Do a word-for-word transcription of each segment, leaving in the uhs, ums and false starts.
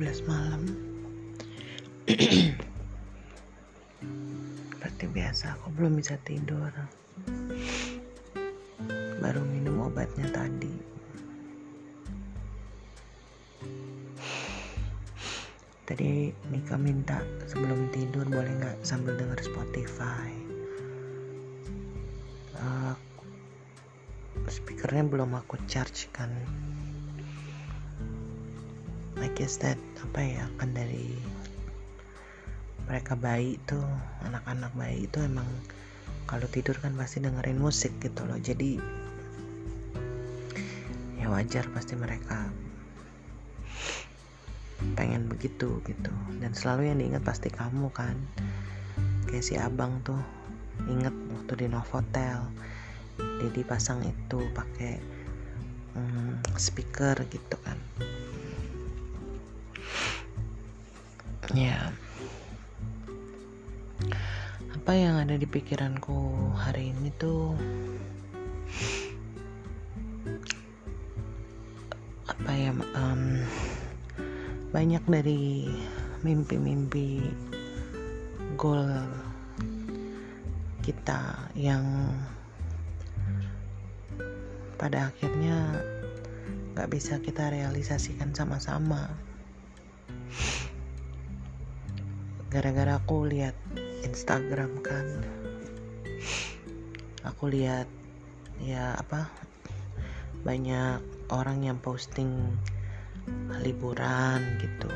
belas malam. Seperti biasa aku belum bisa tidur. Baru minum obatnya tadi. Tadi Mika minta sebelum tidur boleh gak sambil denger Spotify. uh, Speakernya belum aku charge kan. I guess that apa ya, kan dari mereka bayi tuh, anak-anak bayi itu emang kalau tidur kan pasti dengerin musik gitu loh. Jadi ya wajar pasti mereka pengen begitu gitu. Dan selalu yang diingat pasti kamu kan. Kayak si abang tuh inget waktu di Novotel, Dedi pasang itu pakai hmm, speaker gitu kan. Ya, apa yang ada di pikiranku hari ini tuh apa ya, um, banyak dari mimpi-mimpi goal kita yang pada akhirnya gak bisa kita realisasikan sama-sama. Gara-gara aku lihat Instagram kan, aku lihat ya apa, banyak orang yang posting liburan gitu.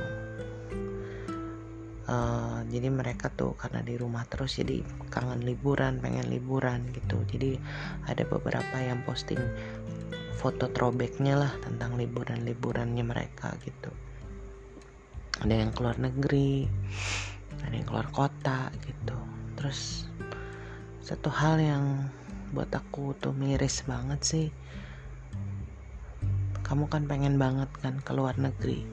Uh, jadi mereka tuh karena di rumah terus jadi kangen liburan, pengen liburan gitu. Jadi ada beberapa yang posting foto throwbacknya lah tentang liburan-liburannya mereka gitu. Ada yang keluar negeri, ada yang keluar kota gitu. Terus satu hal yang buat aku tuh miris banget sih, kamu kan pengen banget kan keluar negeri,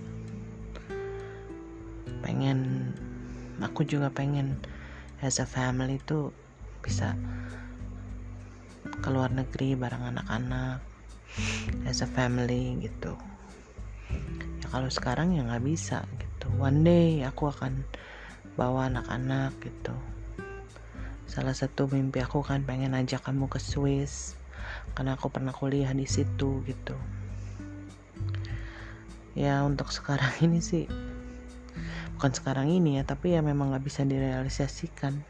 pengen, aku juga pengen as a family tuh bisa keluar negeri bareng anak-anak as a family gitu. Ya kalau sekarang ya nggak bisa gitu. One day aku akan bawa anak-anak gitu. Salah satu mimpi aku kan pengen ajak kamu ke Swiss karena aku pernah kuliah di situ gitu. Ya untuk sekarang ini sih, bukan sekarang ini ya, tapi ya memang gak bisa direalisasikan.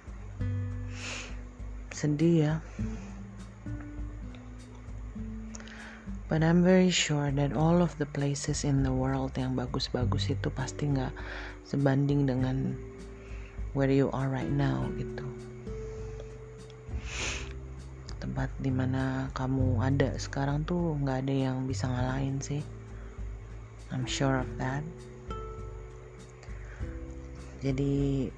Sedih ya. But I'm very sure that all of the places in the world yang bagus-bagus itu pasti gak sebanding dengan where you are right now gitu. Tempat dimana kamu ada sekarang tuh gak ada yang bisa ngalahin sih. I'm sure of that. Jadi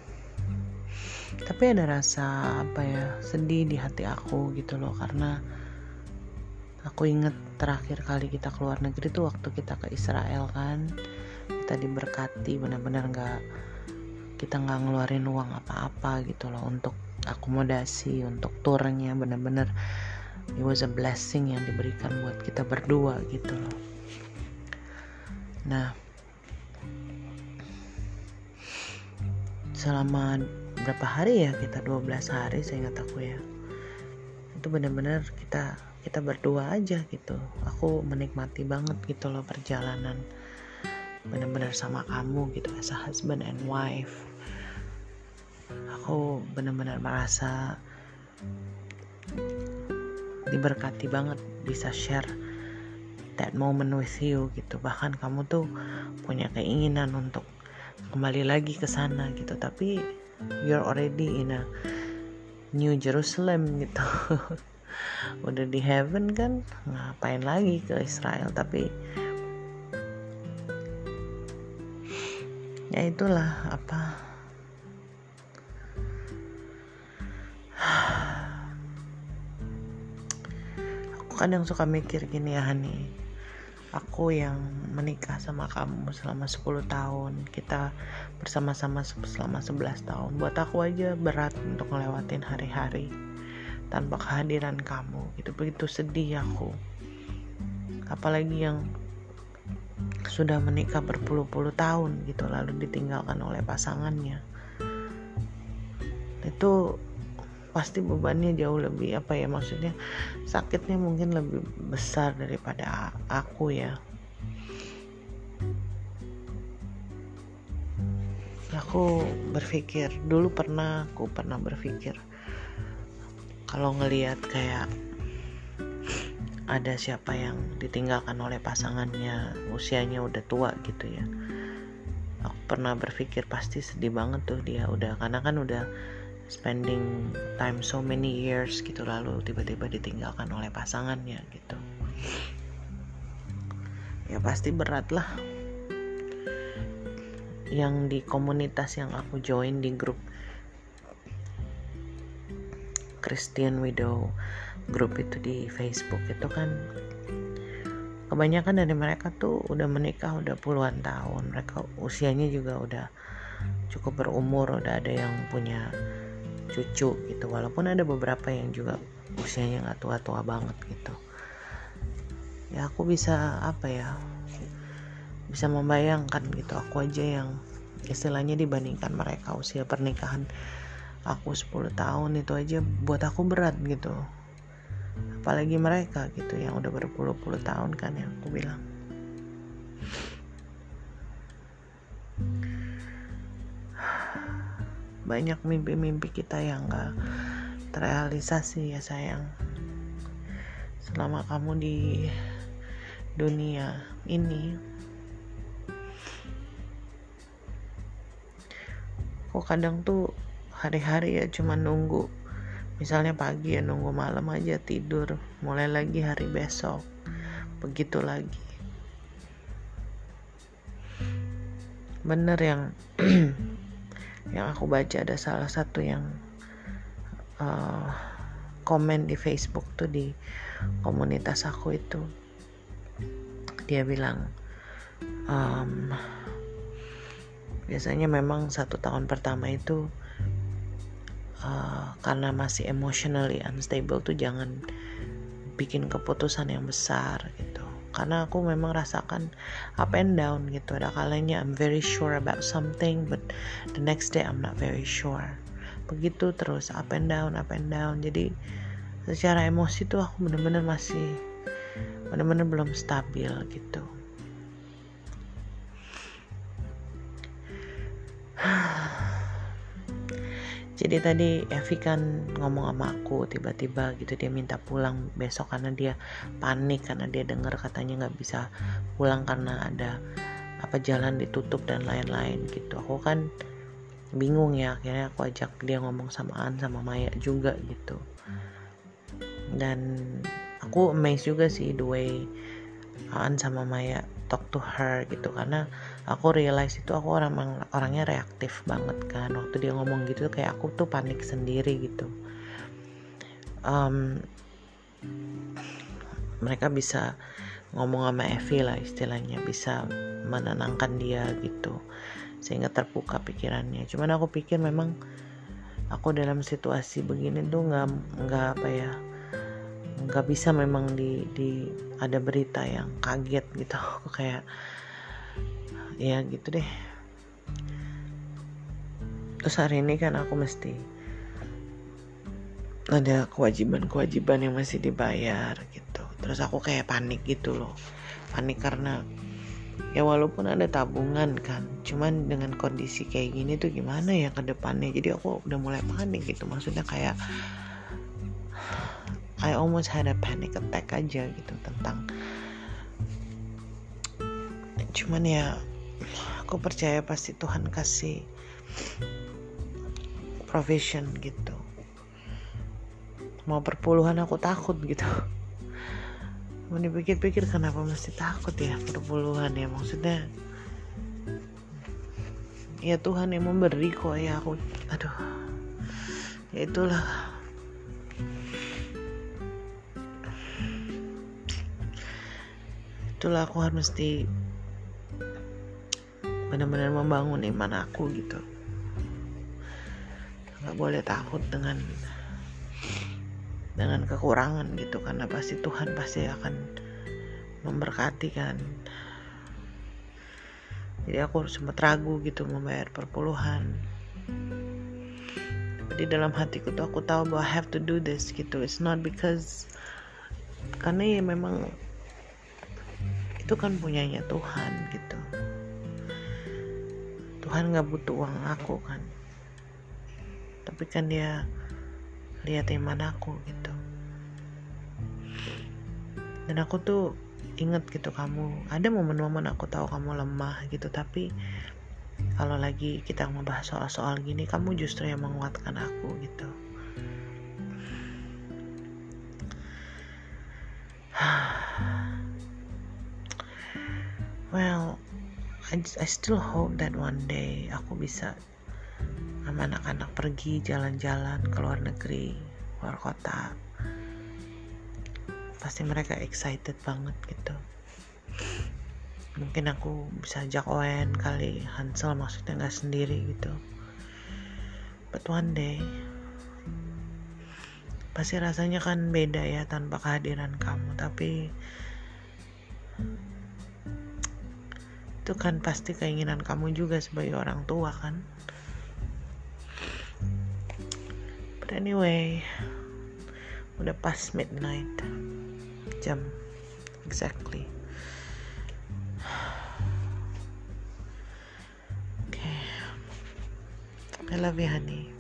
tapi ada rasa apa ya, sedih di hati aku gitu loh, karena aku inget terakhir kali kita keluar negeri tuh waktu kita ke Israel kan. Kita diberkati benar-benar gak, kita gak ngeluarin uang apa-apa gitu loh untuk akomodasi, untuk turnya. Benar-benar it was a blessing yang diberikan buat kita berdua gitu loh. Nah, selama berapa hari ya, kita dua belas hari saya ingat aku ya, itu benar-benar kita kita berdua aja gitu. Aku menikmati banget gitu loh perjalanan benar-benar sama kamu gitu as a husband and wife. Aku benar-benar merasa diberkati banget bisa share that moment with you gitu. Bahkan kamu tuh punya keinginan untuk kembali lagi ke sana gitu, tapi you're already in a New Jerusalem gitu. Udah di heaven kan, ngapain lagi ke Israel. Tapi ya itulah apa, aku kadang suka mikir gini ya Hani, aku yang menikah sama kamu selama sepuluh tahun, kita bersama-sama selama sebelas tahun. Buat aku aja berat untuk ngelewatin hari-hari tanpa kehadiran kamu gitu. Begitu sedih aku. Apalagi yang sudah menikah berpuluh-puluh tahun gitu lalu ditinggalkan oleh pasangannya. Itu pasti bebannya jauh lebih apa ya, maksudnya sakitnya mungkin lebih besar daripada aku ya. Aku berpikir dulu pernah aku pernah berpikir kalau ngelihat kayak ada siapa yang ditinggalkan oleh pasangannya usianya udah tua gitu ya, aku pernah berpikir pasti sedih banget tuh dia, udah karena kan udah spending time so many years gitu lalu tiba-tiba ditinggalkan oleh pasangannya gitu. Ya pasti berat lah. Yang di komunitas yang aku join di grup Christian Widow grup itu di Facebook itu kan kebanyakan dari mereka tuh udah menikah udah puluhan tahun, mereka usianya juga udah cukup berumur, udah ada yang punya cucu gitu, walaupun ada beberapa yang juga usianya nggak tua-tua banget gitu. Ya aku bisa apa ya bisa membayangkan gitu, aku aja yang istilahnya dibandingkan mereka usia pernikahan aku sepuluh tahun itu aja buat aku berat gitu, apalagi mereka gitu yang udah berpuluh-puluh tahun kan yang aku bilang. Banyak mimpi-mimpi kita yang gak terrealisasi ya sayang. Selama kamu di dunia ini, aku kadang tuh hari-hari ya cuma nunggu, misalnya pagi ya nunggu malam aja tidur, mulai lagi hari besok, begitu lagi. Bener yang yang aku baca, ada salah satu yang uh, komen di Facebook tuh di komunitas aku itu, dia bilang um, biasanya memang satu tahun pertama itu uh, karena masih emotionally unstable tuh jangan bikin keputusan yang besar gitu, karena aku memang rasakan up and down gitu. Ada kalanya I'm very sure about something but the next day I'm not very sure, begitu terus up and down up and down. Jadi secara emosi tuh aku benar-benar masih benar-benar belum stabil gitu. Jadi tadi Evi kan ngomong sama aku tiba-tiba gitu, dia minta pulang besok karena dia panik karena dia dengar katanya nggak bisa pulang karena ada apa jalan ditutup dan lain-lain gitu. Aku kan bingung ya, akhirnya aku ajak dia ngomong sama An sama Maya juga gitu. Dan aku amazed juga sih the way An sama Maya talk to her gitu, karena aku realize itu aku orang orangnya reaktif banget kan. Waktu dia ngomong gitu kayak aku tuh panik sendiri gitu. Um, mereka bisa ngomong sama Evi lah istilahnya, bisa menenangkan dia gitu sehingga terbuka pikirannya. Cuman aku pikir memang aku dalam situasi begini tuh nggak nggak apa ya nggak bisa memang di di ada berita yang kaget gitu. Aku kayak ya gitu deh. Terus hari ini kan aku mesti ada kewajiban-kewajiban yang masih dibayar gitu. Terus aku kayak panik gitu loh. Panik karena ya walaupun ada tabungan kan, cuman dengan kondisi kayak gini tuh gimana ya ke depannya. Jadi aku udah mulai panik gitu. Maksudnya kayak I almost had a panic attack aja gitu tentang, cuman ya aku percaya pasti Tuhan kasih provision gitu. Mau perpuluhan aku takut gitu. Mau dipikir-pikir kenapa mesti takut ya perpuluhan ya, maksudnya ya Tuhan yang memberi kok ya. Aku aduh ya itulah. Itulah aku harus mesti benar-benar membangun iman aku gitu. Gak boleh takut dengan dengan kekurangan gitu, karena pasti Tuhan pasti akan memberkati kan. Jadi aku sempat ragu gitu membayar perpuluhan. Di dalam hatiku tuh aku tahu bahwa I have to do this gitu. It's not because, karena ya memang itu kan punyanya Tuhan gitu. Tuhan gak butuh uang aku kan, tapi kan dia lihat iman aku gitu. Dan aku tuh inget gitu, kamu ada momen-momen aku tahu kamu lemah gitu, tapi kalau lagi kita ngebahas soal-soal gini, kamu justru yang menguatkan aku gitu. Well, I, I still hope that one day aku bisa sama anak-anak pergi jalan-jalan ke luar negeri, luar kota. Pasti mereka excited banget gitu. Mungkin aku bisa ajak Owen kali, Hansel maksudnya gak sendiri gitu. But one day pasti rasanya kan beda ya tanpa kehadiran kamu. Tapi itu kan pasti keinginan kamu juga sebagai orang tua kan. But anyway, udah pas midnight, jam exactly. Okay, I love you honey.